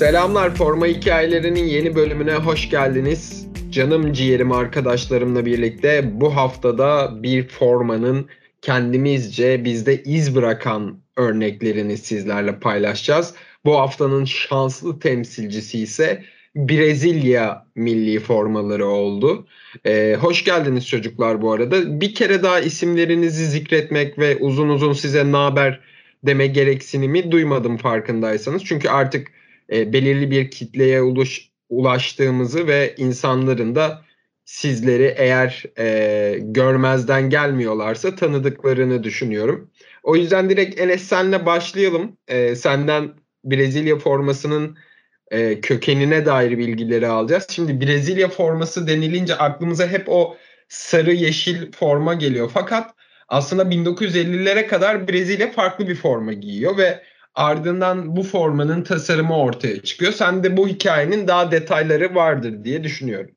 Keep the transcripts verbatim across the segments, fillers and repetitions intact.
Selamlar, Forma Hikayelerinin yeni bölümüne hoş geldiniz. Canım ciğerim arkadaşlarımla birlikte bu haftada bir formanın kendimizce bizde iz bırakan örneklerini sizlerle paylaşacağız. Bu haftanın şanslı temsilcisi ise Brezilya milli formaları oldu. Ee, hoş geldiniz çocuklar bu arada. Bir kere daha isimlerinizi zikretmek ve uzun uzun size naber deme gereksinimi duymadım farkındaysanız. Çünkü artık e, belirli bir kitleye ulaş, ulaştığımızı ve insanların da sizleri eğer e, görmezden gelmiyorlarsa tanıdıklarını düşünüyorum. O yüzden direkt Enes senle başlayalım. E, senden Brezilya formasının e, kökenine dair bilgileri alacağız. Şimdi Brezilya forması denilince aklımıza hep o sarı yeşil forma geliyor. Fakat aslında bin dokuz yüz ellilere kadar Brezilya farklı bir forma giyiyor ve ardından bu formanın tasarımı ortaya çıkıyor. Sen de bu hikayenin daha detayları vardır diye düşünüyorum.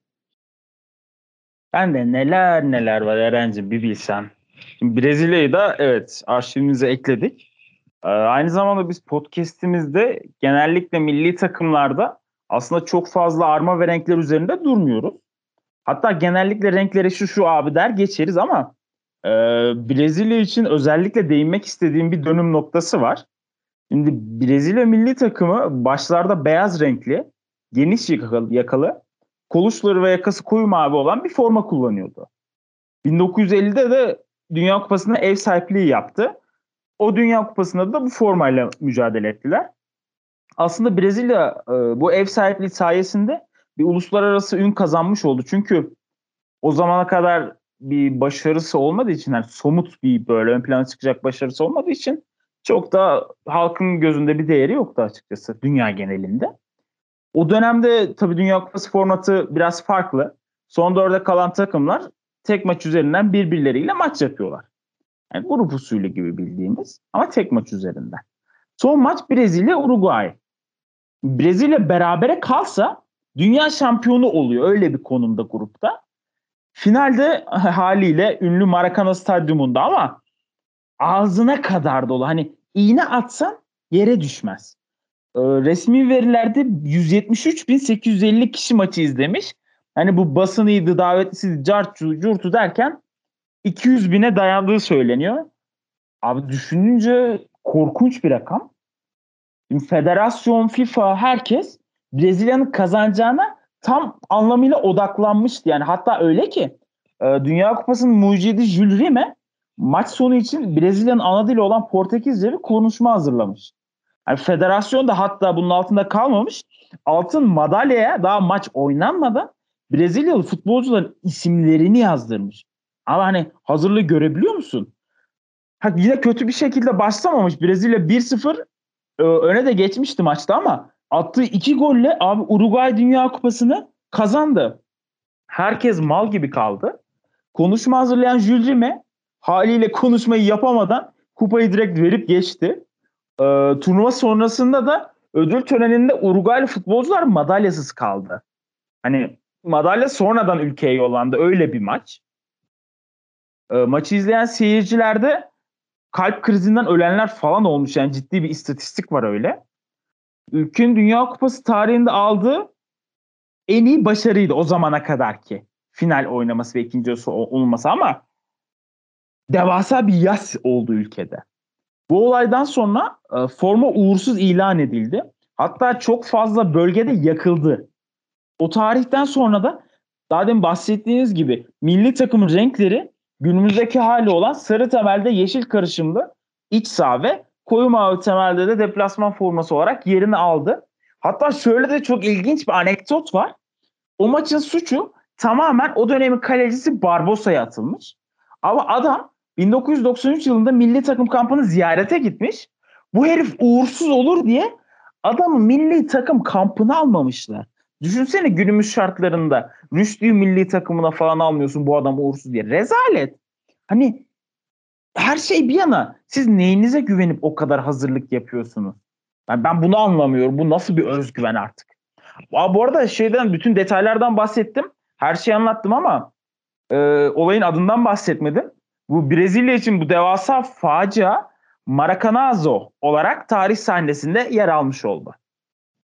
Ben de neler neler var Eren'cim bir bilsen. Şimdi Brezilya'yı da evet arşivimize ekledik. Ee, aynı zamanda biz podcast'imizde genellikle milli takımlarda aslında çok fazla arma ve renkler üzerinde durmuyoruz. Hatta genellikle renklere şu şu abi der geçeriz ama e, Brezilya için özellikle değinmek istediğim bir dönüm noktası var. Şimdi Brezilya milli takımı başlarda beyaz renkli, geniş yakalı, yakalı kol uçları ve yakası koyu mavi olan bir forma kullanıyordu. bin dokuz yüz ellide de Dünya Kupası'na ev sahipliği yaptı. O Dünya Kupası'nda da bu formayla mücadele ettiler. Aslında Brezilya e, bu ev sahipliği sayesinde bir uluslararası ün kazanmış oldu. Çünkü o zamana kadar bir başarısı olmadığı için, yani somut bir böyle ön plana çıkacak başarısı olmadığı için çok da halkın gözünde bir değeri yoktu açıkçası dünya genelinde. O dönemde tabii Dünya Kupası formatı biraz farklı. Son dörde kalan takımlar tek maç üzerinden birbirleriyle maç yapıyorlar. Yani grup usulü gibi bildiğimiz ama tek maç üzerinden. Son maç Brezilya-Uruguay. Brezilya berabere kalsa dünya şampiyonu oluyor öyle bir konumda grupta. Finalde haliyle ünlü Maracanã Stadyumunda ama ağzına kadar dolu. Hani iğne atsan yere düşmez. Ee, resmi verilerde yüz yetmiş üç bin sekiz yüz elli kişi maçı izlemiş. Hani bu basınıydı, davetlisiydi, cartu, curtu derken iki yüz bine dayandığı söyleniyor. Abi düşününce korkunç bir rakam. Şimdi federasyon, FIFA, herkes Brezilya'nın kazanacağına tam anlamıyla odaklanmıştı. Yani hatta öyle ki e, Dünya Kupası'nın mucidi Jules Rimet maç sonu için Brezilya'nın ana dili olan Portekizce bir konuşma hazırlamış. Yani federasyon da hatta bunun altında kalmamış. Altın madalyaya daha maç oynanmadan Brezilyalı futbolcuların isimlerini yazdırmış. Ama hani hazırlığı görebiliyor musun? Ha, yine kötü bir şekilde başlamamış. Brezilya bir sıfır e, öne de geçmişti maçta ama attığı iki golle abi Uruguay Dünya Kupası'nı kazandı. Herkes mal gibi kaldı. Konuşma hazırlayan Jules Rimet haliyle konuşmayı yapamadan kupayı direkt verip geçti. E, turnuva sonrasında da ödül töreninde Uruguaylı futbolcular madalyasız kaldı. Hani madalya sonradan ülkeye yollandı. Öyle bir maç. E, maçı izleyen seyircilerde kalp krizinden ölenler falan olmuş. Yani ciddi bir istatistik var öyle. Ülkenin Dünya Kupası tarihinde aldığı en iyi başarıydı o zamana kadar ki. Final oynaması ve ikinci olması ama devasa bir yas oldu ülkede. Bu olaydan sonra e, forma uğursuz ilan edildi. Hatta çok fazla bölgede yakıldı. O tarihten sonra da daha demin bahsettiğiniz gibi milli takımın renkleri günümüzdeki hali olan sarı temelde yeşil karışımlı iç saha ve koyu mavi temelde de deplasman forması olarak yerini aldı. Hatta şöyle de çok ilginç bir anekdot var. O maçın suçu tamamen o dönemin kalecisi Barbosa'ya atılmış. Ama adam bin dokuz yüz doksan üç yılında milli takım kampını ziyarete gitmiş. Bu herif uğursuz olur diye adamı milli takım kampına almamışlar. Düşünsene günümüz şartlarında Rüştü'yü milli takımına falan almıyorsun bu adam uğursuz diye. Rezalet. Hani her şey bir yana siz neyinize güvenip o kadar hazırlık yapıyorsunuz? Yani ben bunu anlamıyorum. Bu nasıl bir özgüven artık? Aa, bu arada şeyden bütün detaylardan bahsettim. Her şeyi anlattım ama e, olayın adından bahsetmedim. Bu Brezilya için bu devasa facia Maracanazo olarak tarih sahnesinde yer almış oldu.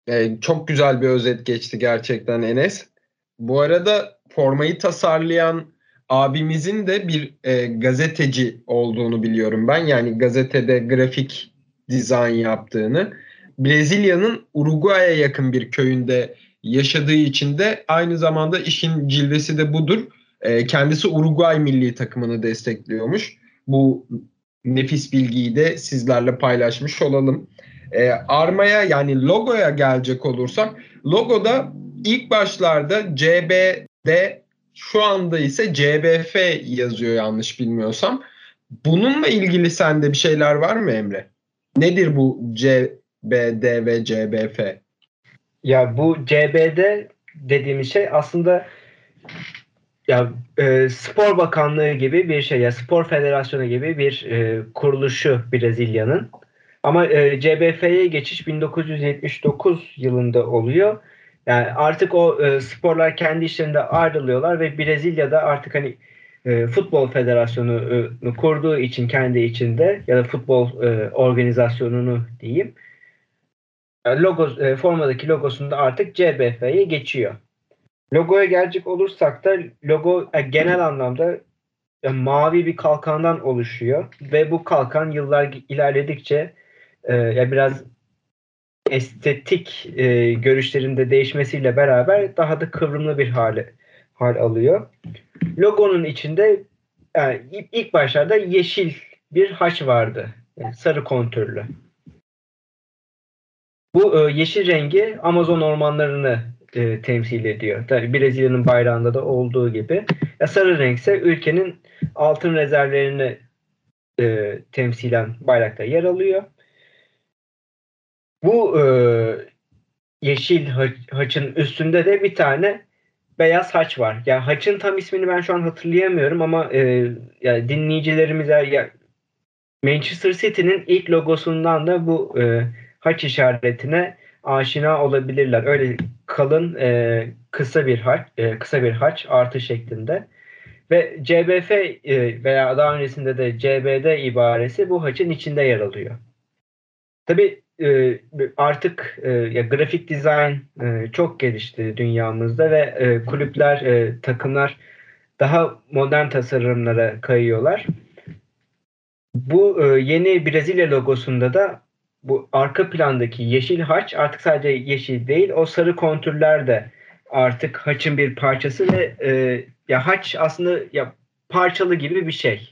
E, çok güzel bir özet geçti gerçekten Enes. Bu arada formayı tasarlayan abimizin de bir e, gazeteci olduğunu biliyorum ben. Yani gazetede grafik dizayn yaptığını. Brezilya'nın Uruguay'a yakın bir köyünde yaşadığı için de aynı zamanda işin cilvesi de budur. E, kendisi Uruguay milli takımını destekliyormuş. Bu nefis bilgiyi de sizlerle paylaşmış olalım. E, armaya yani logoya gelecek olursak, logoda ilk başlarda C B D, şu anda ise C B F yazıyor yanlış bilmiyorsam. Bununla ilgili sende bir şeyler var mı Emre? Nedir bu C B D ve C B F? Ya bu C B D dediğimiz şey aslında ya e, Spor Bakanlığı gibi bir şey, ya Spor Federasyonu gibi bir e, kuruluşu Brezilya'nın. Ama e, C B F'ye geçiş bin dokuz yüz yetmiş dokuz yılında oluyor. Yani artık o e, sporlar kendi işlerinde ayrılıyorlar ve Brezilya'da artık hani e, Futbol Federasyonu'nu kurduğu için kendi içinde, ya da futbol e, organizasyonunu diyeyim. Yani logo, e, formadaki logosunda artık C B F'ye geçiyor. Logoya gelecek olursak da logo e, genel anlamda e, mavi bir kalkandan oluşuyor ve bu kalkan yıllar ilerledikçe e, ya biraz estetik e, görüşlerinde değişmesiyle beraber daha da kıvrımlı bir hale hal alıyor. Logonun içinde yani ilk ilk başlarda yeşil bir haç vardı. Yani sarı kontürlü. Bu e, yeşil rengi Amazon ormanlarını e, temsil ediyor. Tabii Brezilya'nın bayrağında da olduğu gibi. Ya sarı renk ise ülkenin altın rezervlerini e, temsilen bayrakta yer alıyor. Bu e, yeşil haç, haçın üstünde de bir tane beyaz haç var. Ya haçın tam ismini ben şu an hatırlayamıyorum ama e, ya dinleyicilerimize, ya Manchester City'nin ilk logosundan da bu e, haç işaretine aşina olabilirler. Öyle kalın e, kısa bir haç, e, kısa bir haç artı şeklinde. Ve C B F e, veya daha öncesinde de C B D ibaresi bu haçın içinde yer alıyor. Tabii e, artık e, ya grafik dizayn e, çok gelişti dünyamızda ve e, kulüpler, e, takımlar daha modern tasarımlara kayıyorlar. Bu e, yeni Brezilya logosunda da bu arka plandaki yeşil haç artık sadece yeşil değil, o sarı kontürler de artık haçın bir parçası ve e, ya haç aslında ya parçalı gibi bir şey.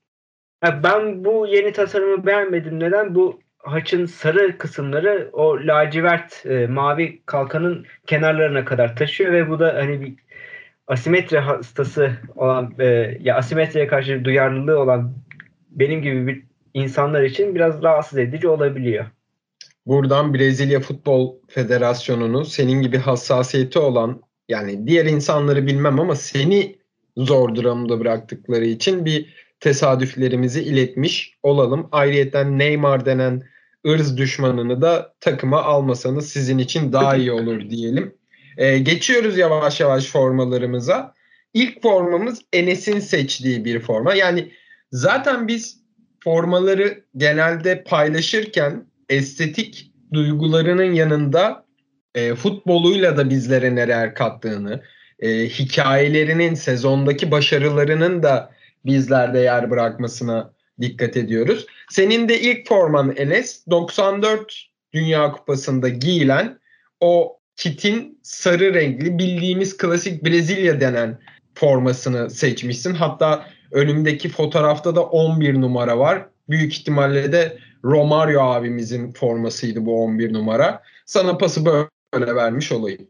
Ya ben bu yeni tasarımı beğenmedim. Neden? Bu haçın sarı kısımları o lacivert e, mavi kalkanın kenarlarına kadar taşıyor ve bu da hani bir asimetri hastası olan e, ya asimetriye karşı duyarlılığı olan benim gibi bir insanlar için biraz rahatsız edici olabiliyor. Buradan Brezilya Futbol Federasyonu'nu, senin gibi hassasiyeti olan, yani diğer insanları bilmem ama seni zor durumda bıraktıkları için bir tesadüflerimizi iletmiş olalım. Ayrıyeten Neymar denen ırz düşmanını da takıma almasanız sizin için daha iyi olur diyelim. Ee, geçiyoruz yavaş yavaş formalarımıza. İlk formamız Enes'in seçtiği bir forma. Yani zaten biz formaları genelde paylaşırken estetik duygularının yanında e, futboluyla da bizlere neler kattığını, e, hikayelerinin, sezondaki başarılarının da bizlerde yer bırakmasına dikkat ediyoruz. Senin de ilk forman Enes, doksan dört Dünya Kupası'nda giyilen o kitin sarı renkli bildiğimiz klasik Brezilya denen formasını seçmişsin. Hatta önümdeki fotoğrafta da on bir numara var. Büyük ihtimalle de Romario abimizin formasıydı bu on bir numara. Sana pası böyle vermiş olayım.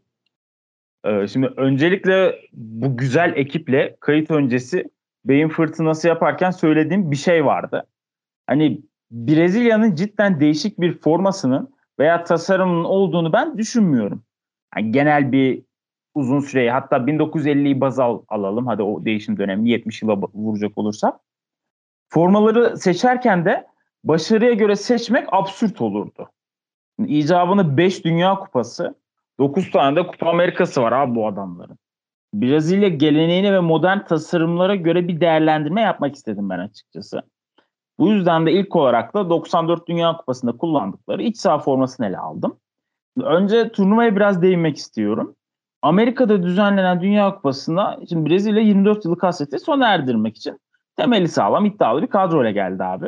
Ee, şimdi öncelikle bu güzel ekiple kayıt öncesi beyin fırtınası yaparken söylediğim bir şey vardı. Hani Brezilya'nın cidden değişik bir formasının veya tasarımının olduğunu ben düşünmüyorum. Yani genel bir uzun süreyi, hatta bin dokuz yüz elliyi baz al, alalım. Hadi o değişim dönemini yetmiş yıla vuracak olursak. Formaları seçerken de başarıya göre seçmek absürt olurdu. İcabını beş Dünya Kupası, dokuz tane de Kupa Amerikası var abi bu adamların. Brezilya geleneğine ve modern tasarımlara göre bir değerlendirme yapmak istedim ben açıkçası. Bu yüzden de ilk olarak da doksan dört Dünya Kupası'nda kullandıkları iç saha formasını ele aldım. Önce turnuvaya biraz değinmek istiyorum. Amerika'da düzenlenen Dünya Kupası'na şimdi Brezilya yirmi dört yıllık hasreti sona erdirmek için temeli sağlam iddialı bir kadroyla geldi abi.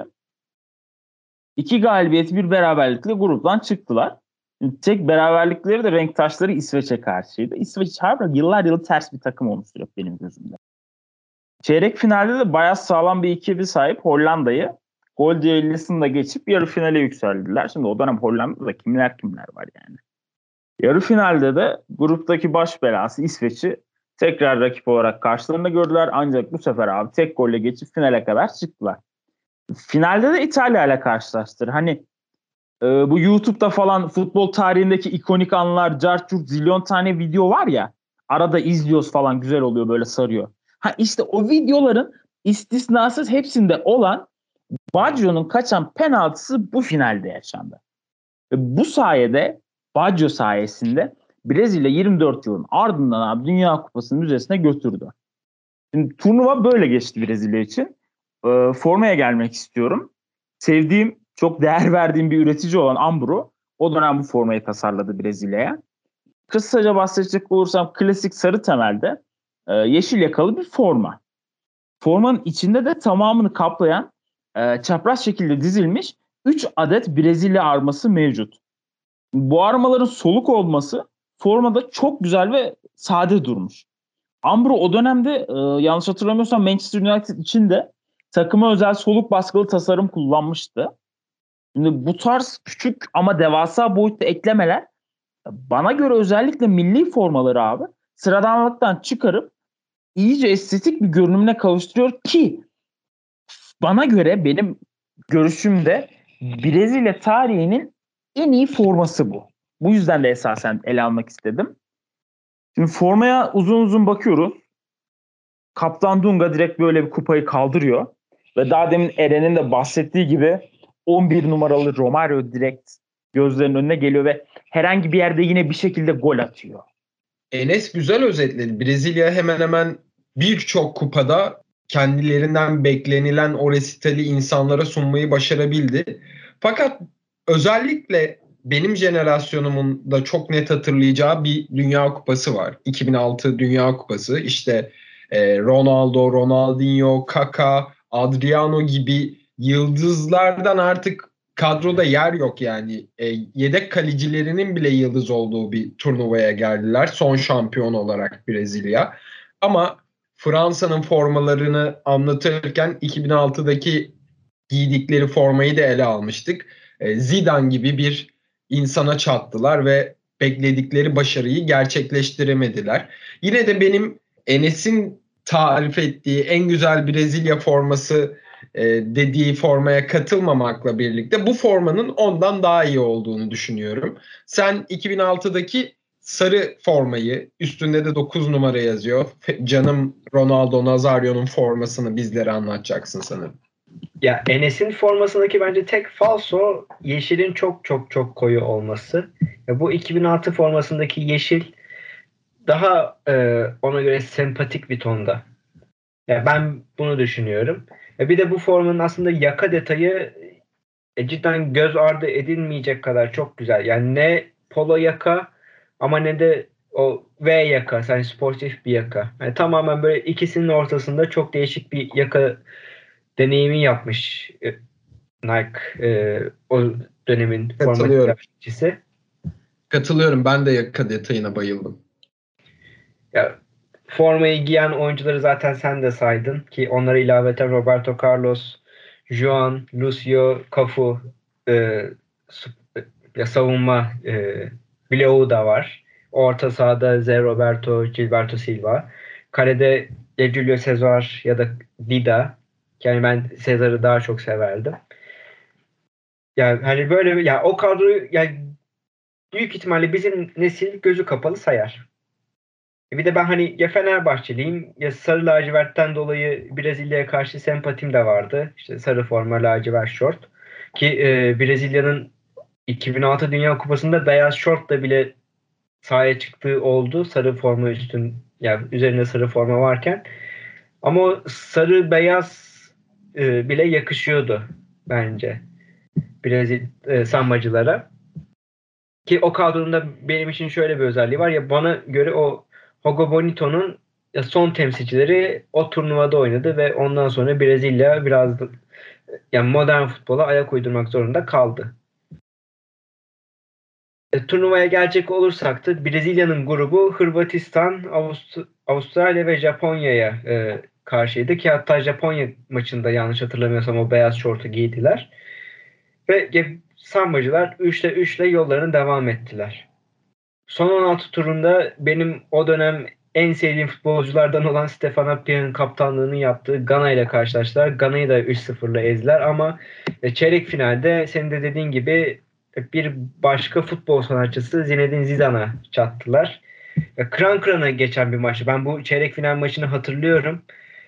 İki galibiyet bir beraberlikle gruptan çıktılar. Tek beraberlikleri de renk taşları İsveç'e karşıydı. İsveç harbiden yıllar yılı ters bir takım olmuştur hep benim gözümde. Çeyrek finalde de bayağı sağlam bir ekibi sahip Hollanda'yı gol düellosunda geçip yarı finale yükseldiler. Şimdi o dönem Hollanda'da kimler kimler var yani. Yarı finalde de gruptaki baş belası İsveç'i tekrar rakip olarak karşılarında gördüler. Ancak bu sefer abi tek golle geçip finale kadar çıktılar. Finalde de İtalya ile karşılaştılar. Hani e, bu YouTube'da falan futbol tarihindeki ikonik anlar, carçurt zilyon tane video var ya. Arada izliyoruz falan, güzel oluyor, böyle sarıyor. Ha işte o videoların istisnasız hepsinde olan Baggio'nun kaçan penaltısı bu finalde yaşandı. Ve bu sayede, Baggio sayesinde Brezilya yirmi dört yılın ardından abi Dünya Kupası'nın müzesine götürdü. Şimdi turnuva böyle geçti Brezilya için. E, formaya gelmek istiyorum. Sevdiğim, çok değer verdiğim bir üretici olan Ambro o dönem bu formayı tasarladı Brezilya'ya. Kısaca bahsedecek olursam klasik sarı temelde e, yeşil yakalı bir forma. Formanın içinde de tamamını kaplayan e, çapraz şekilde dizilmiş üç adet Brezilya arması mevcut. Bu armaların soluk olması formada çok güzel ve sade durmuş. Ambro o dönemde e, yanlış hatırlamıyorsam Manchester United için de takıma özel soluk baskılı tasarım kullanmıştı. Şimdi bu tarz küçük ama devasa boyutta eklemeler bana göre özellikle milli formaları abi sıradanlıktan çıkarıp iyice estetik bir görünümüne kavuşturuyor ki bana göre, benim görüşümde Brezilya tarihinin en iyi forması bu. Bu yüzden de esasen ele almak istedim. Şimdi formaya uzun uzun bakıyoruz. Kaptan Dunga direkt böyle bir kupayı kaldırıyor. Ve daha demin Eren'in de bahsettiği gibi on bir numaralı Romario direkt gözlerinin önüne geliyor ve herhangi bir yerde yine bir şekilde gol atıyor. Enes güzel özetledi. Brezilya hemen hemen birçok kupada kendilerinden beklenilen o resitali insanlara sunmayı başarabildi. Fakat özellikle benim jenerasyonumun da çok net hatırlayacağı bir Dünya Kupası var. iki bin altı Dünya Kupası. İşte e, Ronaldo, Ronaldinho, Kaka, Adriano gibi yıldızlardan artık kadroda yer yok yani. E, yedek kalecilerinin bile yıldız olduğu bir turnuvaya geldiler. Son şampiyon olarak Brezilya. Ama Fransa'nın formalarını anlatırken iki bin altıdaki giydikleri formayı da ele almıştık. E, Zidane gibi bir insana çattılar ve bekledikleri başarıyı gerçekleştiremediler. Yine de benim Enes'in tarif ettiği en güzel Brezilya forması e, dediği formaya katılmamakla birlikte bu formanın ondan daha iyi olduğunu düşünüyorum. Sen iki bin altıdaki sarı formayı, üstünde de dokuz numara yazıyor. Canım Ronaldo Nazario'nun formasını bizlere anlatacaksın sanırım. Ya Enes'in formasındaki bence tek falso yeşilin çok çok çok koyu olması. Ya bu iki bin altı formasındaki yeşil daha e, ona göre sempatik bir tonda. Ya ben bunu düşünüyorum. Ya bir de bu formanın aslında yaka detayı e, cidden göz ardı edilmeyecek kadar çok güzel. Yani ne polo yaka ama ne de o V yaka, yani sportif bir yaka. Yani tamamen böyle ikisinin ortasında çok değişik bir yaka deneyimi yapmış e, Nike e, o dönemin forma Katılıyorum. tedarikçisi. Katılıyorum. Ben de yaka detayına bayıldım. Ya, formayı giyen oyuncuları zaten sen de saydın ki onlara ilaveten Roberto Carlos, Juan, Lucio, Cafu e, ya savunma e, bloğu da var. Orta sahada Zé Roberto, Gilberto Silva. Kalede ya Julio Cesar ya da Dida. Yani ben Cesar'ı daha çok severdim. Yani hani böyle ya o kadroyu yani büyük ihtimalle bizim nesil gözü kapalı sayar. Bir de ben hani ya Fenerbahçeliyim ya sarı lacivertten dolayı Brezilya'ya karşı sempatim de vardı. İşte sarı forma, lacivert şort. Ki e, Brezilya'nın iki bin altı Dünya Kupası'nda beyaz şortla bile sahaya çıktığı oldu. Sarı forma üstün yani üzerinde sarı forma varken. Ama o sarı beyaz e, bile yakışıyordu bence Brezilya e, sambacılara. Ki o kadronun da benim için şöyle bir özelliği var. Ya bana göre o Hugo Bonito'nun son temsilcileri o turnuvada oynadı ve ondan sonra Brezilya biraz da, yani modern futbola ayak uydurmak zorunda kaldı. E, turnuvaya gelecek olursak da Brezilya'nın grubu Hırvatistan, Avust- Avustralya ve Japonya'ya e, karşıydı ki hatta Japonya maçında yanlış hatırlamıyorsam o beyaz şortu giydiler. Ve e, sambacılar üçte üçle yollarına devam ettiler. Son on altı turunda benim o dönem en sevdiğim futbolculardan olan Stefan Appiah'ın kaptanlığını yaptığı Gana ile karşılaştılar. Gana'yı da üç sıfırla ezdiler ama çeyrek finalde senin de dediğin gibi bir başka futbol sanatçısı Zinedine Zidane'a çattılar. Kıran kırana geçen bir maçtı. Ben bu çeyrek final maçını hatırlıyorum.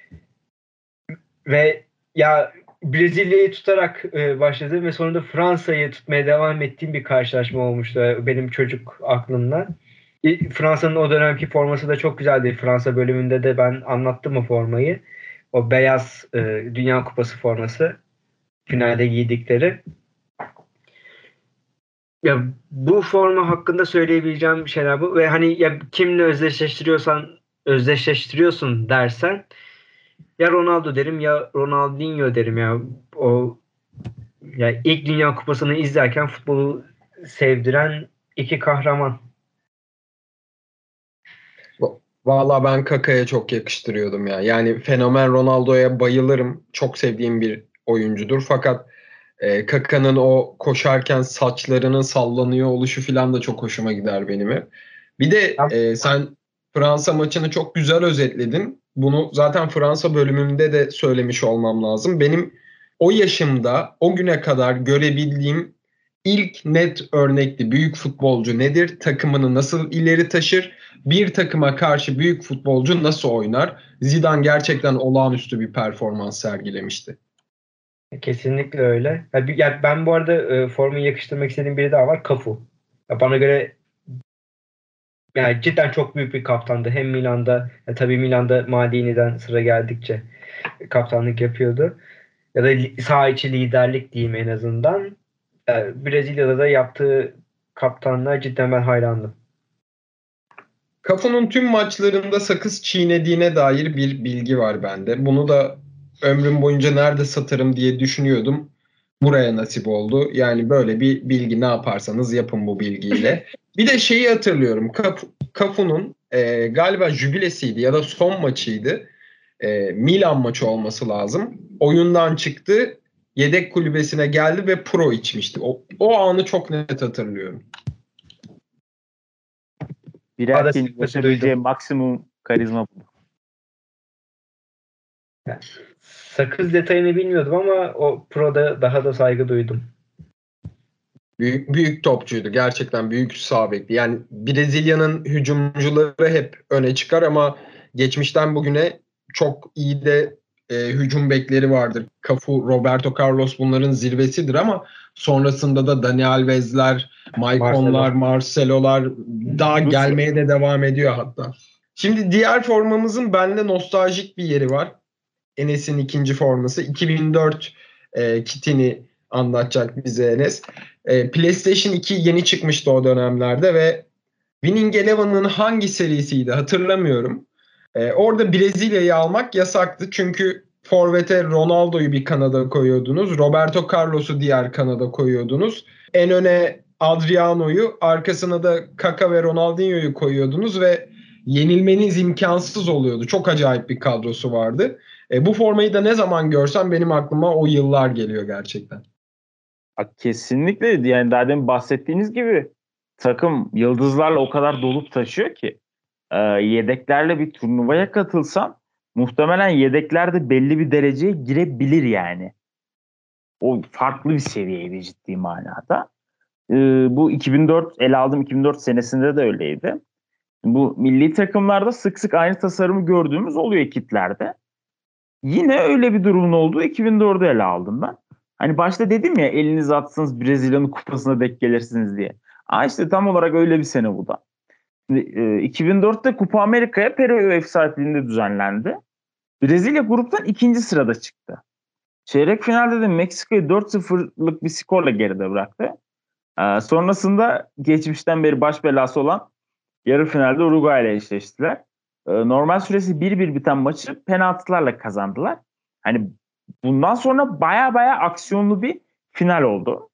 Ve ya Brezilya'yı tutarak e, başladım ve sonunda Fransa'yı tutmaya devam ettiğim bir karşılaşma olmuştu benim çocuk aklımda. Fransa'nın o dönemki forması da çok güzeldi. Fransa bölümünde de ben anlattım o formayı. O beyaz e, Dünya Kupası forması. Finalde giydikleri. Ya bu forma hakkında söyleyebileceğim şeyler bu. Ve hani ya kimle özdeşleştiriyorsan özdeşleştiriyorsun dersen ya Ronaldo derim ya Ronaldinho derim ya. O ya ilk Dünya Kupası'nı izlerken futbolu sevdiren iki kahraman. Vallahi ben Kaka'ya çok yakıştırıyordum ya. Yani fenomen Ronaldo'ya bayılırım. Çok sevdiğim bir oyuncudur. Fakat e, Kaka'nın o koşarken saçlarının sallanıyor oluşu falan da çok hoşuma gider benim hep. Bir de e, sen Fransa maçını çok güzel özetledin. Bunu zaten Fransa bölümümde de söylemiş olmam lazım. Benim o yaşımda o güne kadar görebildiğim ilk net örnekli büyük futbolcu nedir? Takımını nasıl ileri taşır? Bir takıma karşı büyük futbolcu nasıl oynar? Zidane gerçekten olağanüstü bir performans sergilemişti. Kesinlikle öyle. Ya, ya ben bu arada e, formayı yakıştırmak istediğim biri daha var. Cafu. Ya bana göre yani cidden çok büyük bir kaptandı. Hem Milan'da ya tabii Milan'da Maldini'den sıra geldikçe kaptanlık yapıyordu. Ya da li- saha içi liderlik diyeyim en azından. E, Brezilya'da da yaptığı kaptanlığa cidden ben hayrandım. Cafu'nun tüm maçlarında sakız çiğnediğine dair bir bilgi var bende. Bunu da ömrüm boyunca nerede satarım diye düşünüyordum. Buraya nasip oldu. Yani böyle bir bilgi, ne yaparsanız yapın bu bilgiyle. Bir de şeyi hatırlıyorum. Cafu'nun e, galiba jübilesiydi ya da son maçıydı. E, Milan maçı olması lazım. Oyundan çıktı. Yedek kulübesine geldi ve pro içmişti. O, o anı çok net hatırlıyorum. Bir erkeğin ulaşabileceği maksimum karizma bu. Yani, sakız detayını bilmiyordum ama o pro'da daha da saygı duydum. Büyük, büyük topçuydu. Gerçekten büyük sağ bekli. Yani Brezilya'nın hücumcuları hep öne çıkar ama geçmişten bugüne çok iyi de e, hücum bekleri vardır. Cafu, Roberto Carlos bunların zirvesidir ama sonrasında da Dani Alves'ler, Maicon'lar, Marcelo'lar daha gelmeye de devam ediyor hatta. Şimdi diğer formamızın bende nostaljik bir yeri var. Enes'in ikinci forması. iki bin dört e, kitini anlatacak bize Enes. E, PlayStation iki yeni çıkmıştı o dönemlerde ve Winning Eleven'ın hangi serisiydi hatırlamıyorum. E, orada Brezilya'yı almak yasaktı. Çünkü forvete Ronaldo'yu bir kanada koyuyordunuz. Roberto Carlos'u diğer kanada koyuyordunuz. En öne Adriano'yu, arkasına da Kaka ve Ronaldinho'yu koyuyordunuz ve yenilmeniz imkansız oluyordu. Çok acayip bir kadrosu vardı. E, bu formayı da ne zaman görsem benim aklıma o yıllar geliyor gerçekten. Kesinlikle, yani daha demin bahsettiğiniz gibi takım yıldızlarla o kadar dolup taşıyor ki e, yedeklerle bir turnuvaya katılsan muhtemelen yedeklerde belli bir dereceye girebilir yani. O farklı bir seviyeydi ciddi manada. E, bu iki bin dört ele aldım iki bin dört senesinde de öyleydi. Bu milli takımlarda sık sık aynı tasarımı gördüğümüz oluyor kitlerde. Yine öyle bir durumun olduğu iki bin dördü ele aldım ben. Hani başta dedim ya, elinizi atsanız Brezilya'nın kupasına denk gelirsiniz diye. Aa işte tam olarak öyle bir sene bu da. Şimdi, iki bin dörtte Kupa Amerika'ya Peru ev sahipliğinde düzenlendi. Brezilya gruptan ikinci sırada çıktı. Çeyrek finalde de Meksika'yı dört sıfırlık bir skorla geride bıraktı. Ee, sonrasında geçmişten beri baş belası olan yarı finalde Uruguay ile eşleştiler. Ee, normal süresi bir bir biten maçı penaltılarla kazandılar. Hani bundan sonra baya baya aksiyonlu bir final oldu.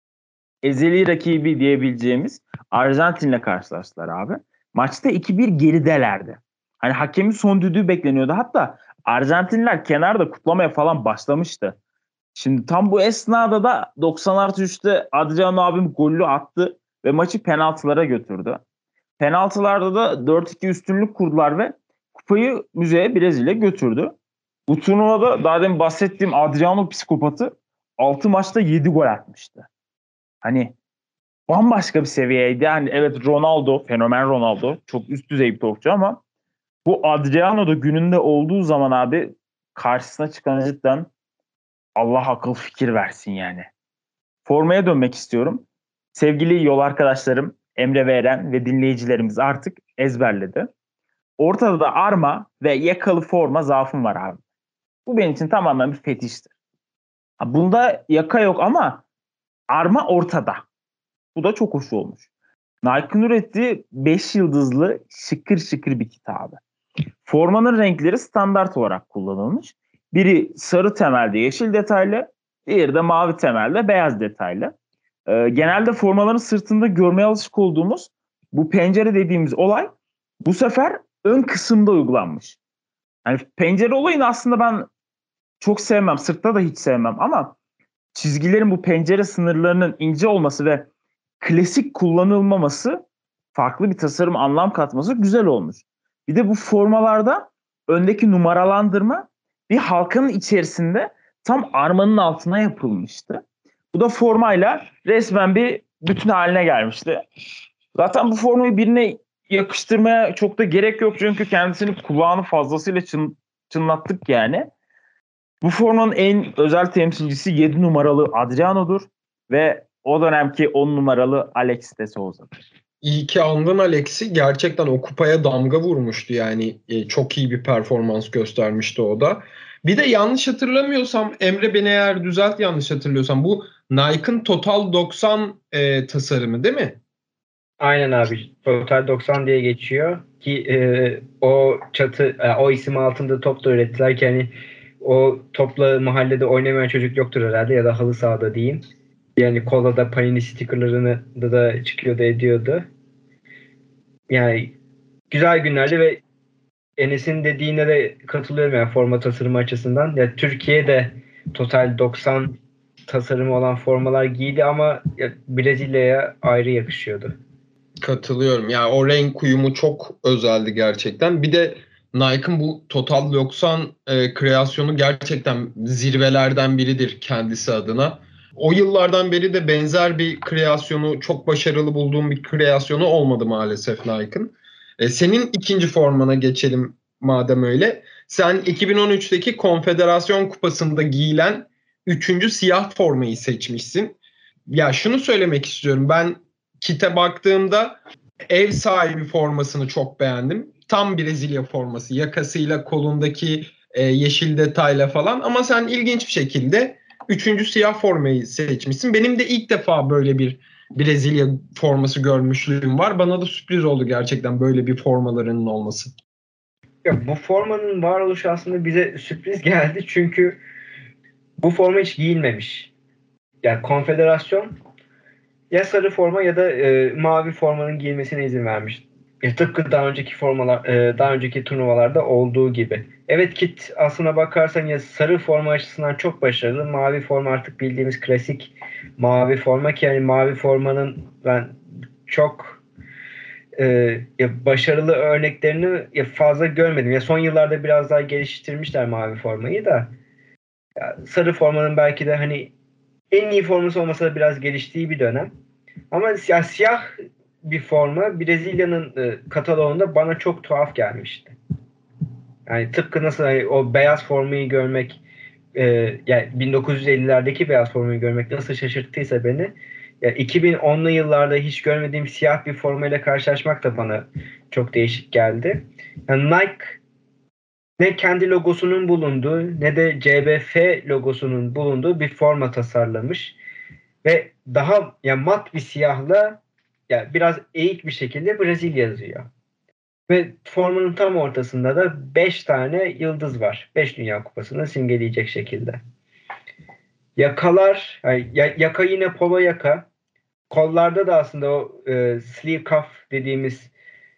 Ezeli rakibi diyebileceğimiz Arjantin'le karşılaştılar abi. Maçta iki bir geridelerdi. Hani hakemin son düdüğü bekleniyordu. Hatta Arjantinliler kenarda kutlamaya falan başlamıştı. Şimdi tam bu esnada da doksan artı üçte Adriano abim golü attı ve maçı penaltılara götürdü. Penaltılarda da dört iki üstünlük kurdular ve kupayı müzeye Brezilya götürdü. Bu turnuvada daha demin bahsettiğim Adriano psikopatı altı maçta yedi gol atmıştı. Hani bambaşka bir seviyeydi. Yani evet, Ronaldo, fenomen Ronaldo çok üst düzey bir topçu ama bu Adriano da gününde olduğu zaman abi karşısına çıkan cidden Allah akıl fikir versin yani. Formaya dönmek istiyorum. Sevgili yol arkadaşlarım Emre ve Eren ve dinleyicilerimiz artık ezberledi. Ortada da arma ve yakalı forma zaafım var abi. Bu benim için tamamen bir fetiştir. Bunda yaka yok ama arma ortada. Bu da çok hoş olmuş. Nike'ın ürettiği beş yıldızlı şıkır şıkır bir kitabı. Formanın renkleri standart olarak kullanılmış. Biri sarı temelde yeşil detaylı, diğeri de mavi temelde beyaz detaylı. Ee, genelde formaların sırtında görmeye alışık olduğumuz bu pencere dediğimiz olay bu sefer ön kısımda uygulanmış. Yani pencere olayını aslında ben çok sevmem. Sırtta da hiç sevmem ama çizgilerin bu pencere sınırlarının ince olması ve klasik kullanılmaması, farklı bir tasarım anlam katması güzel olmuş. Bir de bu formalarda öndeki numaralandırma bir halkanın içerisinde tam armanın altına yapılmıştı. Bu da formayla resmen bir bütün haline gelmişti. Zaten bu formayı birine yakıştırmaya çok da gerek yok çünkü kendisini kulağını fazlasıyla çın, çınlattık yani. Bu formanın en özel temsilcisi yedi numaralı Adriano'dur ve o dönemki on numaralı Alex de Souza'dır. İyi ki andın Alex'i. Gerçekten o kupaya damga vurmuştu yani. E, çok iyi bir performans göstermişti o da. Bir de yanlış hatırlamıyorsam, Emre beni eğer düzelt, yanlış hatırlıyorsam, bu Nike'ın Total doksan e, tasarımı değil mi? Aynen abi. Total doksan diye geçiyor ki e, o çatı e, o isim altında top da ürettiler ki hani o topla mahallede oynamayan çocuk yoktur herhalde ya da halı sahada diyeyim. Yani kolada Panini stickerlarını da, da çıkıyordu ediyordu. Yani güzel günlerdi ve Enes'in dediğine de katılıyorum yani forma tasarımı açısından. Ya Türkiye'de Total doksan tasarımı olan formalar giydi ama Brezilya'ya ayrı yakışıyordu. Katılıyorum. Yani o renk uyumu çok özeldi gerçekten. Bir de Nike'ın bu Total doksan e, kreasyonu gerçekten zirvelerden biridir kendisi adına. O yıllardan beri de benzer bir kreasyonu, çok başarılı bulduğum bir kreasyonu olmadı maalesef Nike'ın. E, senin ikinci formana geçelim madem öyle. Sen iki bin on üçteki Konfederasyon Kupası'nda giyilen üçüncü siyah formayı seçmişsin. Ya şunu söylemek istiyorum. Ben kite baktığımda ev sahibi formasını çok beğendim. Tam Brezilya forması. Yakasıyla, kolundaki e, yeşil detayla falan. Ama sen ilginç bir şekilde üçüncü siyah formayı seçmişsin. Benim de ilk defa böyle bir Brezilya forması görmüşlüğüm var. Bana da sürpriz oldu gerçekten böyle bir formalarının olması. Ya bu formanın varoluşu aslında bize sürpriz geldi çünkü bu forma hiç giyilmemiş. Yani konfederasyon ya sarı forma ya da e, mavi formanın giyilmesine izin vermiş. E, tıpkı daha önceki formalar, e, daha önceki turnuvalarda olduğu gibi. Evet, kit aslına bakarsan ya sarı forma açısından çok başarılı. Mavi forma artık bildiğimiz klasik mavi forma ki yani mavi formanın ben çok e, ya başarılı örneklerini ya fazla görmedim. Ya son yıllarda biraz daha geliştirmişler mavi formayı da. Ya sarı formanın belki de hani en iyi forması olmasa da biraz geliştiği bir dönem. Ama ya, siyah bir forma Brezilya'nın e, kataloğunda bana çok tuhaf gelmişti. Yani tıpkı nasıl hani, o beyaz formayı görmek e, yani bin dokuz yüz ellilerdeki beyaz formayı görmek nasıl şaşırttıysa beni, ya iki bin onlu yıllarda hiç görmediğim siyah bir formayla karşılaşmak da bana çok değişik geldi. Yani Nike ne kendi logosunun bulunduğu ne de C B F logosunun bulunduğu bir forma tasarlamış. Ve daha yani mat bir siyahla yani biraz eğik bir şekilde Brezilya yazıyor. Ve formanın tam ortasında da beş tane yıldız var. beş Dünya Kupası'nı simgeleyecek şekilde. Yakalar, yani yaka yine polo yaka. Kollarda da aslında o e, sleeve cuff dediğimiz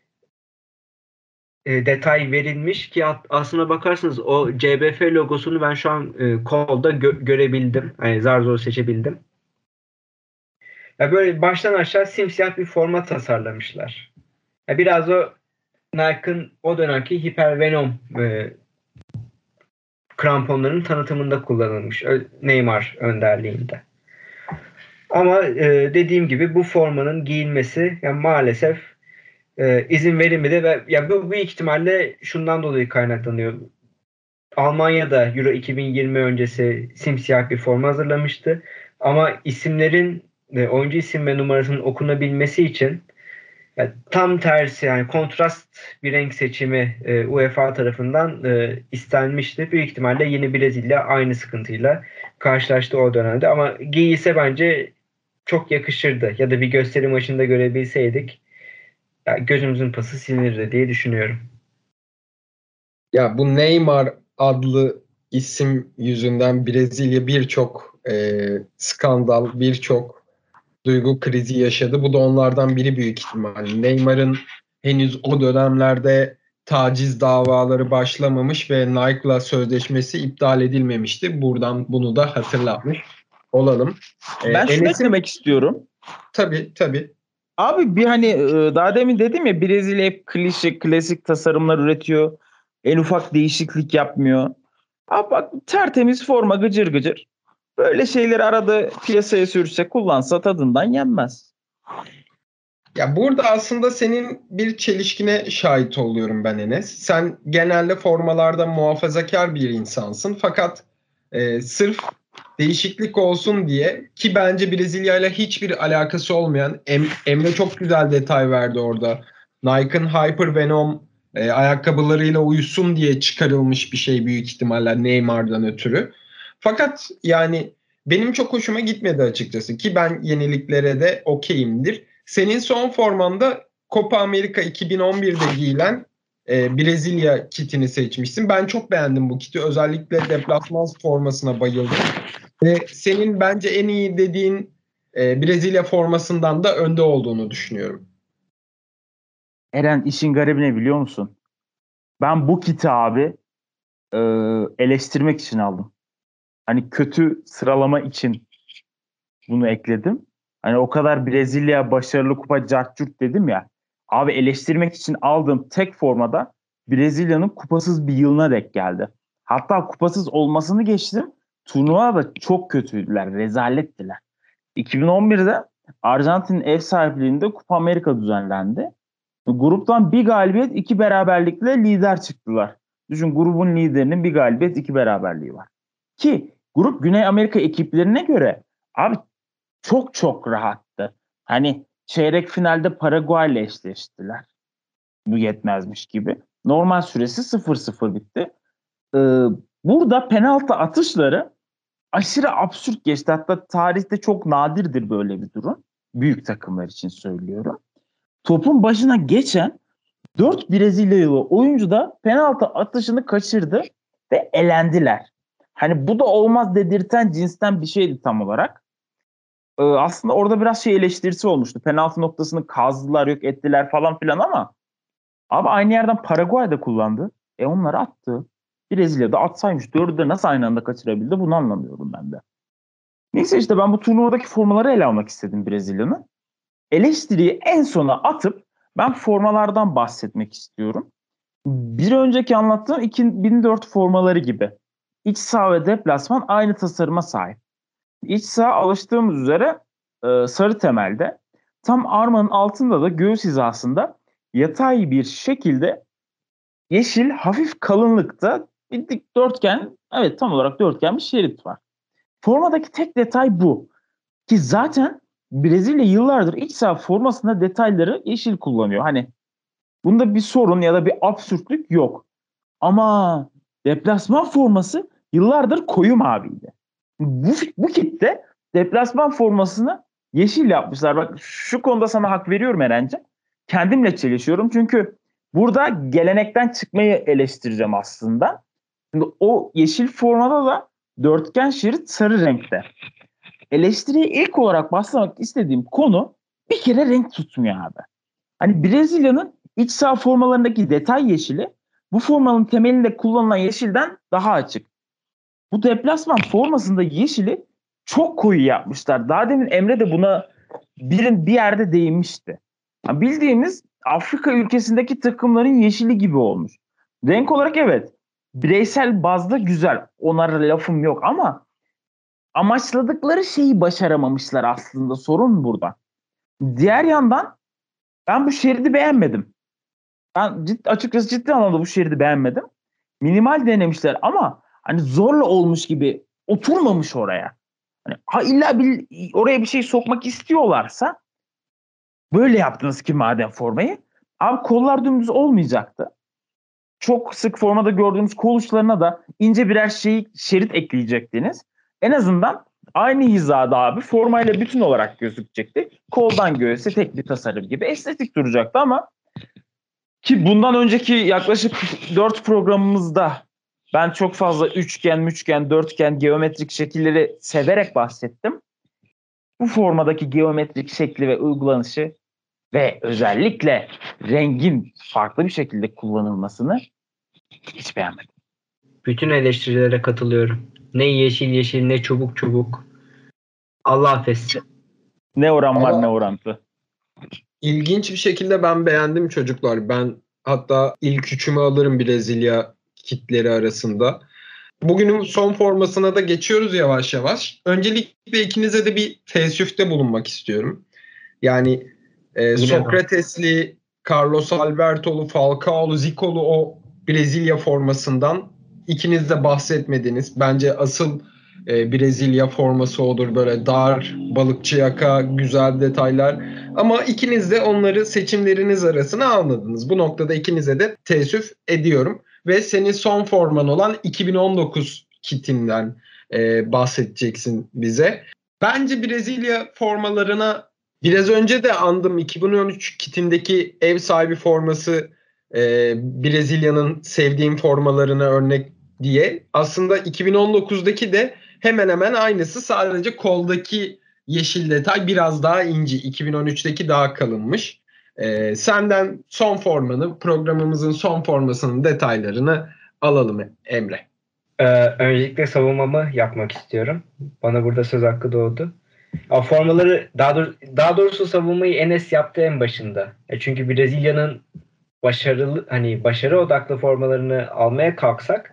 e, detay verilmiş ki aslına bakarsanız o C B F logosunu ben şu an e, kolda gö- görebildim. Yani zar zor seçebildim. Ya böyle baştan aşağı simsiyah bir forma tasarlamışlar. Ya biraz o Nike'ın o dönemki Hyper Venom e, kramponlarının tanıtımında kullanılmış. Neymar önderliğinde. Ama e, dediğim gibi bu formanın giyilmesi yani maalesef e, izin verilmedi ve yani bu büyük ihtimalle şundan dolayı kaynaklanıyor. Almanya'da Euro iki bin yirmi öncesi simsiyah bir forma hazırlamıştı. Ama isimlerin e, oyuncu isim ve numarasının okunabilmesi için yani tam tersi yani kontrast bir renk seçimi e, UEFA tarafından e, istenmişti. Büyük ihtimalle yeni Brezilya aynı sıkıntıyla karşılaştı o dönemde. Ama giyilse bence çok yakışırdı. Ya da bir gösteri maçında görebilseydik yani gözümüzün pası silinirdi diye düşünüyorum. Ya bu Neymar adlı isim yüzünden Brezilya birçok e, skandal, birçok duygu krizi yaşadı. Bu da onlardan biri büyük ihtimal. Neymar'ın henüz o dönemlerde taciz davaları başlamamış ve Nike'la sözleşmesi iptal edilmemişti. Buradan bunu da hatırlatmış olalım. Ee, Ben şunu Enes'in eklemek istiyorum. tabii tabii. Abi bir hani e, daha demin dedim ya Brezilya hep klişe, klasik tasarımlar üretiyor. En ufak değişiklik yapmıyor. Abi bak tertemiz forma gıcır gıcır. Böyle şeyleri arada piyasaya sürse kullansa tadından yenmez. Ya burada aslında senin bir çelişkine şahit oluyorum ben Enes. Sen genelde formalarda muhafazakar bir insansın. Fakat e, sırf değişiklik olsun diye ki bence Brezilya ile hiçbir alakası olmayan em, Emre çok güzel detay verdi orada. Nike'ın Hyper Venom e, ayakkabılarıyla uyusun diye çıkarılmış bir şey büyük ihtimalle Neymar'dan ötürü. Fakat yani benim çok hoşuma gitmedi açıkçası ki ben yeniliklere de okeyimdir. Senin son formanda Copa America iki bin on birde giyilen e, Brezilya kitini seçmişsin. Ben çok beğendim bu kiti. Özellikle deplasman formasına bayıldım. Ve senin bence en iyi dediğin e, Brezilya formasından da önde olduğunu düşünüyorum. Eren işin garibi ne biliyor musun? Ben bu kiti abi e, eleştirmek için aldım. Hani kötü sıralama için bunu ekledim. Hani o kadar Brezilya başarılı kupa cartçurt dedim ya. Abi eleştirmek için aldığım tek formada Brezilya'nın kupasız bir yılına denk geldi. Hatta kupasız olmasını geçtim. Turnuva da çok kötüydüler. Rezalettiler. iki bin on birde Arjantin'in ev sahipliğinde Kupa Amerika düzenlendi. Gruptan bir galibiyet, iki beraberlikle lider çıktılar. Düşün grubun liderinin bir galibiyet, iki beraberliği var. Ki grup Güney Amerika ekiplerine göre abi çok çok rahattı. Hani çeyrek finalde Paraguay ile eşleştiler. Bu yetmezmiş gibi. Normal süresi sıfır sıfır bitti. Ee, burada penaltı atışları aşırı absürt geçti. Hatta tarihte çok nadirdir böyle bir durum. Büyük takımlar için söylüyorum. Topun başına geçen dört Brezilyalı oyuncu da penaltı atışını kaçırdı ve elendiler. Hani bu da olmaz dedirten cinsten bir şeydi tam olarak. Ee, aslında orada biraz şey eleştirisi olmuştu. Penaltı noktasını kazdılar, yok ettiler falan filan ama abi aynı yerden Paraguay'da kullandı. E onları attı. Brezilya'da atsaymış. Dördü de nasıl aynı anda kaçırabildi bunu anlamıyorum ben de. Neyse işte ben bu turnuvadaki formaları ele almak istedim Brezilya'nın. Eleştiriyi en sona atıp ben formalardan bahsetmek istiyorum. Bir önceki anlattığım iki bin dört formaları gibi. İç saha ve deplasman aynı tasarıma sahip. İç saha alıştığımız üzere e, sarı temelde. Tam armanın altında da göğüs hizasında yatay bir şekilde yeşil hafif kalınlıkta bir dikdörtgen, evet tam olarak dörtgen bir şerit var. Formadaki tek detay bu. Ki zaten Brezilya yıllardır iç saha formasında detayları yeşil kullanıyor. Hani bunda bir sorun ya da bir absürtlük yok. Ama deplasman forması yıllardır koyu maviydi. Bu, bu kitle deplasman formasını yeşil yapmışlar. Bak şu konuda sana hak veriyorum Eren'ciğim. Kendimle çelişiyorum çünkü burada gelenekten çıkmayı eleştireceğim aslında. Şimdi o yeşil formada da dörtgen şerit sarı renkte. Eleştiriye ilk olarak başlamak istediğim konu bir kere renk tutmuyor abi. Hani Brezilya'nın iç saha formalarındaki detay yeşili bu formanın temelinde kullanılan yeşilden daha açık. Bu deplasman formasında yeşili çok koyu yapmışlar. Daha demin Emre de buna birin bir yerde değinmişti. Yani bildiğimiz Afrika ülkesindeki takımların yeşili gibi olmuş. Renk olarak evet bireysel bazda güzel. Onlara lafım yok ama amaçladıkları şeyi başaramamışlar aslında. Sorun burada. Diğer yandan ben bu şeridi beğenmedim. Ben cid, açıkçası ciddi anlamda bu şeridi beğenmedim. Minimal denemişler ama hani zorla olmuş gibi oturmamış oraya. Hani ha illa bir, oraya bir şey sokmak istiyorlarsa böyle yaptınız ki madem formayı. Abi kollar dümdüz olmayacaktı. Çok sık formada gördüğümüz kol uçlarına da ince birer şey şerit ekleyecektiniz. En azından aynı hizada abi formayla bütün olarak gözükecekti. Koldan göğüse tek bir tasarım gibi estetik duracaktı ama ki bundan önceki yaklaşık dört programımızda ben çok fazla üçgen, üçgen, dörtgen, geometrik şekilleri severek bahsettim. Bu formadaki geometrik şekli ve uygulanışı ve özellikle rengin farklı bir şekilde kullanılmasını hiç beğenmedim. Bütün eleştirilere katılıyorum. Ne yeşil yeşil ne çubuk çubuk. Allah affetsin. Ne oran var Ama ne orantı. İlginç bir şekilde ben beğendim çocuklar. Ben hatta ilk üçümü alırım Brezilya kitleri arasında. Bugünün son formasına da geçiyoruz yavaş yavaş. Öncelikle ikinize de bir teessüfte bulunmak istiyorum. Yani e, Sokratesli, Carlos Alberto'lu, Falcao'lu, Zico'lu o Brezilya formasından ikiniz de bahsetmediniz. Bence asıl e, Brezilya forması odur. Böyle dar, balıkçı yaka, güzel detaylar. Ama ikiniz de onları seçimleriniz arasına almadınız. Bu noktada ikinize de teessüf ediyorum. Ve senin son forman olan iki bin on dokuz kitinden e, bahsedeceksin bize. Bence Brezilya formalarına biraz önce de andım iki bin on üç kitindeki ev sahibi forması e, Brezilya'nın sevdiğim formalarına örnek diye. Aslında iki bin on dokuzdaki de hemen hemen aynısı. Sadece koldaki yeşil detay biraz daha ince. iki bin on üçteki daha kalınmış. E, senden son formanı, programımızın son formasının detaylarını alalım Emre. Ee, öncelikle savunmamı yapmak istiyorum. Bana burada söz hakkı doğdu. Ya formaları daha, doğrusu, daha doğrusu savunmayı Enes yaptı en başında. E çünkü Brezilya'nın başarılı hani başarı odaklı formalarını almaya kalksak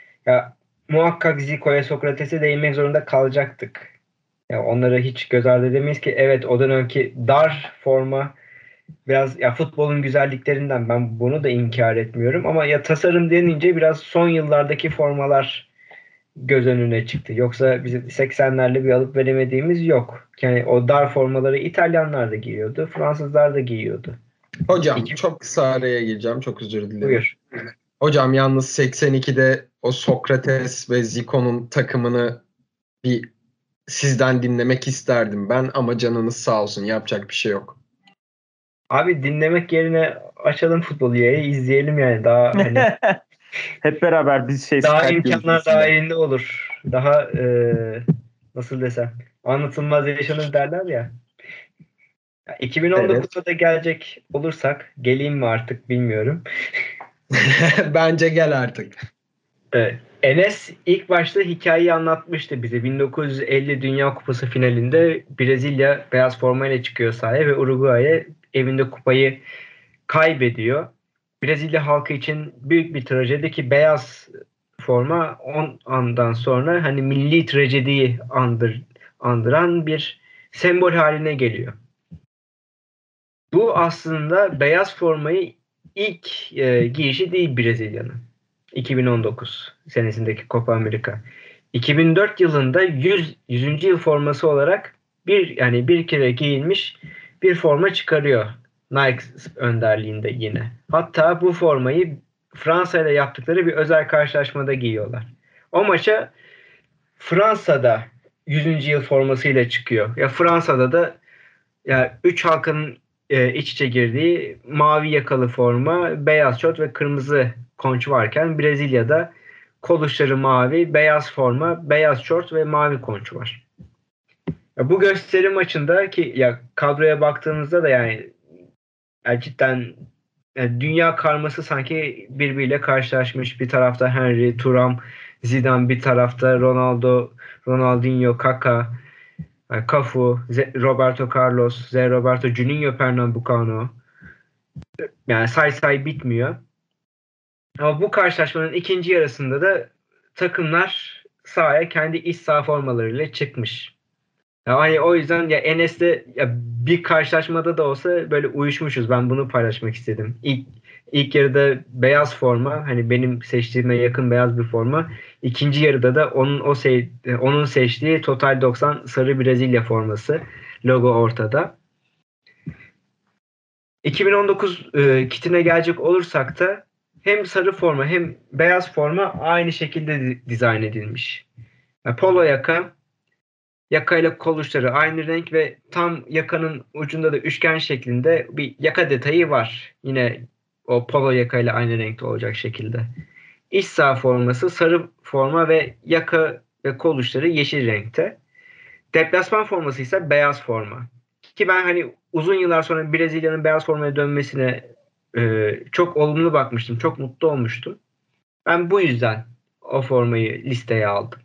ya muhakkak Zico'ya, Sokrates'e değinmek zorunda kalacaktık. Ya onları hiç göz ardı edemeyiz ki evet o dönemki dar forma biraz ya futbolun güzelliklerinden ben bunu da inkar etmiyorum ama ya tasarım denince biraz son yıllardaki formalar göz önüne çıktı. Yoksa bizim seksenlerle bir alıp veremediğimiz yok. Yani o dar formaları İtalyanlar da giyiyordu, Fransızlar da giyiyordu. Hocam İki... çok kısa araya gireceğim. Çok özür dilerim. Buyur. Hocam yalnız seksen ikide o Sokrates ve Zico'nun takımını bir sizden dinlemek isterdim ben ama canınız sağ olsun yapacak bir şey yok. Abi dinlemek yerine açalım futbolu yayı izleyelim yani daha hani hep beraber biz şey daha Skype imkanlar dahilinde olur. Daha e, nasıl desem anlatılmaz yaşanır derler ya. Ya iki bin on dokuzda evet. Da gelecek olursak geleyim mi artık bilmiyorum. Bence gel artık. Evet. Enes ilk başta hikayeyi anlatmıştı bize. bin dokuz yüz elli Dünya Kupası finalinde Brezilya beyaz formayla çıkıyor sahaya ve Uruguay'a evinde kupayı kaybediyor. Brezilya halkı için büyük bir trajedi ki beyaz forma on andan sonra hani milli trajediyi andır, andıran bir sembol haline geliyor. Bu aslında beyaz formayı ilk e, giyişi değil Brezilya'nın. iki bin on dokuz senesindeki Copa America. iki bin dört yılında yüz yüzüncü yıl forması olarak bir yani bir kere giyilmiş bir forma çıkarıyor. Nike önderliğinde yine. Hatta bu formayı Fransa ile yaptıkları bir özel karşılaşmada giyiyorlar. O maça Fransa'da yüzüncü yıl formasıyla çıkıyor. Ya Fransa'da da ya üç halkanın e, iç içe girdiği mavi yakalı forma, beyaz şort ve kırmızı konç varken Brezilya'da kol uçları mavi, beyaz forma, beyaz şort ve mavi konç var. Ya bu gösteri maçında ki ya kadroya baktığınızda da yani, yani cidden yani dünya karması sanki birbiriyle karşılaşmış. Bir tarafta Henry, Thuram, Zidane, bir tarafta Ronaldo, Ronaldinho, Kaka, Cafu, Roberto Carlos, Zé Roberto, Juninho Pernambucano. Yani say say bitmiyor. Ama bu karşılaşmanın ikinci yarısında da takımlar sahaya kendi iç saha formalarıyla çıkmış. Yani o yüzden ya Enes'le ya bir karşılaşmada da olsa böyle uyuşmuşuz. Ben bunu paylaşmak istedim. İlk ilk yarıda beyaz forma, hani benim seçtiğime yakın beyaz bir forma. İkinci yarıda da onun o se onun seçtiği Total doksan sarı Brezilya forması. Logo ortada. iki bin on dokuz e, kitine gelecek olursak da hem sarı forma hem beyaz forma aynı şekilde dizayn edilmiş. Yani polo yaka, yakayla kol uçları aynı renk ve tam yakanın ucunda da üçgen şeklinde bir yaka detayı var. Yine o polo yakayla aynı renkte olacak şekilde. İç saha forması sarı forma ve yaka ve kol uçları yeşil renkte. Deplasman forması ise beyaz forma. Ki ben hani uzun yıllar sonra Brezilya'nın beyaz formaya dönmesine e, çok olumlu bakmıştım. Çok mutlu olmuştum. Ben bu yüzden o formayı listeye aldım.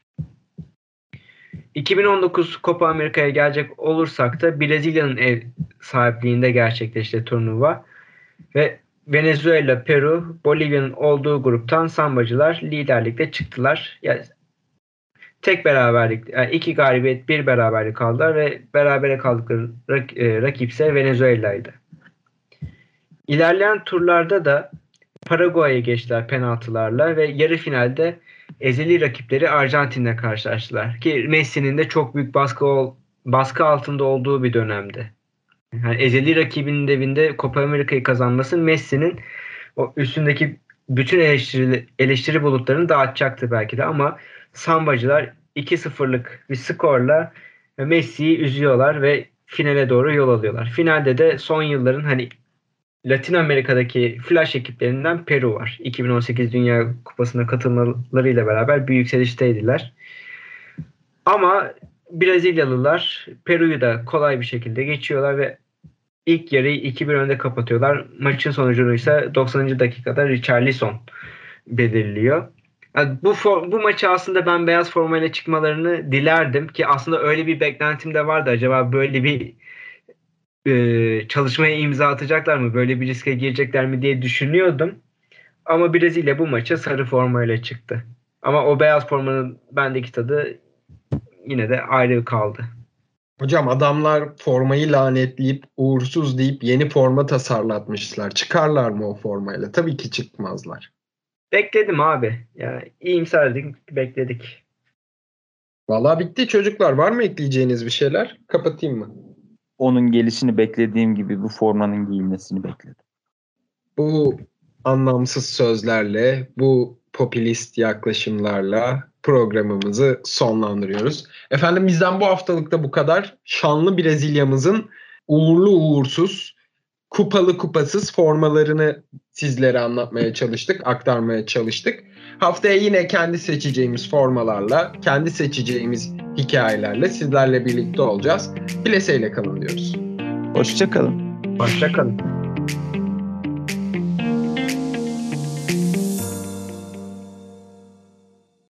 iki bin on dokuz Copa Amerika'ya gelecek olursak da Brezilya'nın ev sahipliğinde gerçekleşti turnuva ve Venezuela, Peru, Bolivya'nın olduğu gruptan Sambacılar liderlikte çıktılar. Yani tek beraberlik, yani iki galibiyet, bir beraberlik kaldılar ve berabere kaldıkları rak, e, rakip ise Venezuela'ydı. İlerleyen turlarda da Paraguay'a geçtiler penaltılarla ve yarı finalde ezeli rakipleri Arjantin'le karşılaştılar. Ki Messi'nin de çok büyük baskı ol, baskı altında olduğu bir dönemdi. Yani ezeli rakibinin evinde Copa Amerika'yı kazanması Messi'nin o üstündeki bütün eleştiri, eleştiri bulutlarını dağıtacaktı belki de, ama Sambacılar iki sıfırlık bir skorla Messi'yi üzüyorlar ve finale doğru yol alıyorlar. Finalde de son yılların hani Latin Amerika'daki flash ekiplerinden Peru var. iki bin on sekiz Dünya Kupası'na katılmalarıyla beraber bir yükselişteydiler. Ama Brezilyalılar Peru'yu da kolay bir şekilde geçiyorlar ve ilk yarıyı iki bir önde kapatıyorlar. Maçın sonucunu ise doksanıncı dakikada Richarlison belirliyor. Yani bu for, bu maçı aslında ben beyaz formayla çıkmalarını dilerdim ki aslında öyle bir beklentim de vardı. Acaba böyle bir e, çalışmaya imza atacaklar mı? Böyle bir riske girecekler mi diye düşünüyordum. Ama Brezilya bu maça sarı formayla çıktı. Ama o beyaz formanın bendeki tadı yine de ayrı kaldı. Hocam adamlar formayı lanetleyip uğursuz deyip yeni forma tasarlatmışlar. Çıkarlar mı o formayla? Tabii ki çıkmazlar. Bekledim abi. Yani iyimserdik, bekledik. Vallahi bitti çocuklar. Var mı ekleyeceğiniz bir şeyler? Kapatayım mı? Onun gelişini beklediğim gibi bu formanın giyilmesini bekledim. Bu anlamsız sözlerle, bu popülist yaklaşımlarla programımızı sonlandırıyoruz. Efendim bizden bu haftalıkta bu kadar. Şanlı Brezilya'mızın uğurlu uğursuz, kupalı kupasız formalarını sizlere anlatmaya çalıştık, aktarmaya çalıştık. Haftaya yine kendi seçeceğimiz formalarla, kendi seçeceğimiz hikayelerle sizlerle birlikte olacağız. Bileseyle kalın diyoruz. Hoşça kalın. Hoşça kalın.